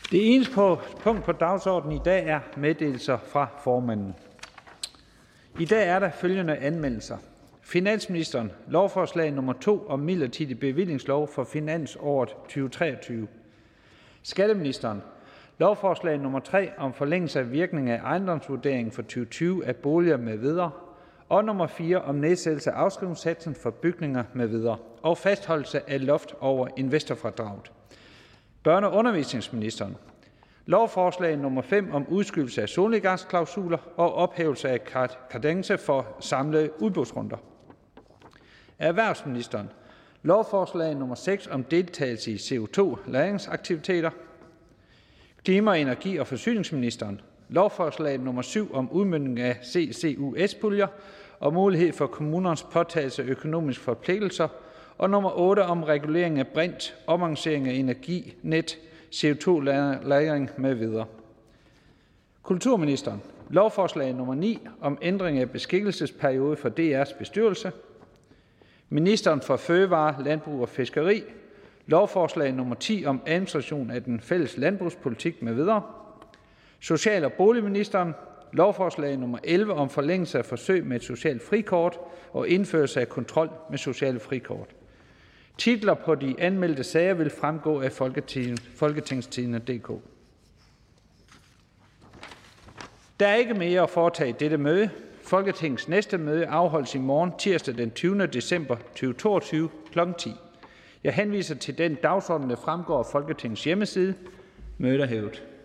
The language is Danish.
Det eneste punkt på dagsordenen i dag er meddelelser fra formanden. I dag er der følgende anmeldelser. Finansministeren, lovforslag nummer 2 om midlertidig bevillingslov for finansåret 2023. Skatteministeren, lovforslag nummer 3 om forlængelse af virkning af ejendomsvurderingen for 2020 af boliger med videre. Og nummer 4 om nedsættelse af afskrivningssatsen for bygninger med videre. Og fastholdelse af loft over investorfradraget. Børne- og undervisningsministeren. Lovforslag nummer 5 om udskydelse af solnedgangsklausuler og ophævelse af kadence for samlede udbudsrunder. Erhvervsministeren. Lovforslag nummer 6 om deltagelse i CO2-lagringsaktiviteter. Klima-, energi- og forsyningsministeren. Lovforslag nummer 7 om udmøntning af CCUS-puljer og mulighed for kommunernes påtagelse af økonomiske forpligtelser. Og nummer 8 om regulering af brint, omancering af energinet, CO2-lagring med videre. Kulturministeren. Lovforslag nummer 9 om ændring af beskikkelsesperiode for DR's bestyrelse. Ministeren for Fødevare, Landbrug og Fiskeri. Lovforslag nummer 10 om administration af den fælles landbrugspolitik med videre. Social- og boligministeren. Lovforslag nummer 11 om forlængelse af forsøg med et socialt frikort og indførelse af kontrol med sociale frikort. Titler på de anmeldte sager vil fremgå af Folketingstidende.dk. Der er ikke mere at foretage i dette møde. Folketingets næste møde afholdes i morgen, tirsdag den 20. december 2022 kl. 10. Jeg henviser til den dagsorden, der fremgår af Folketingets hjemmeside. Mødet er hævet.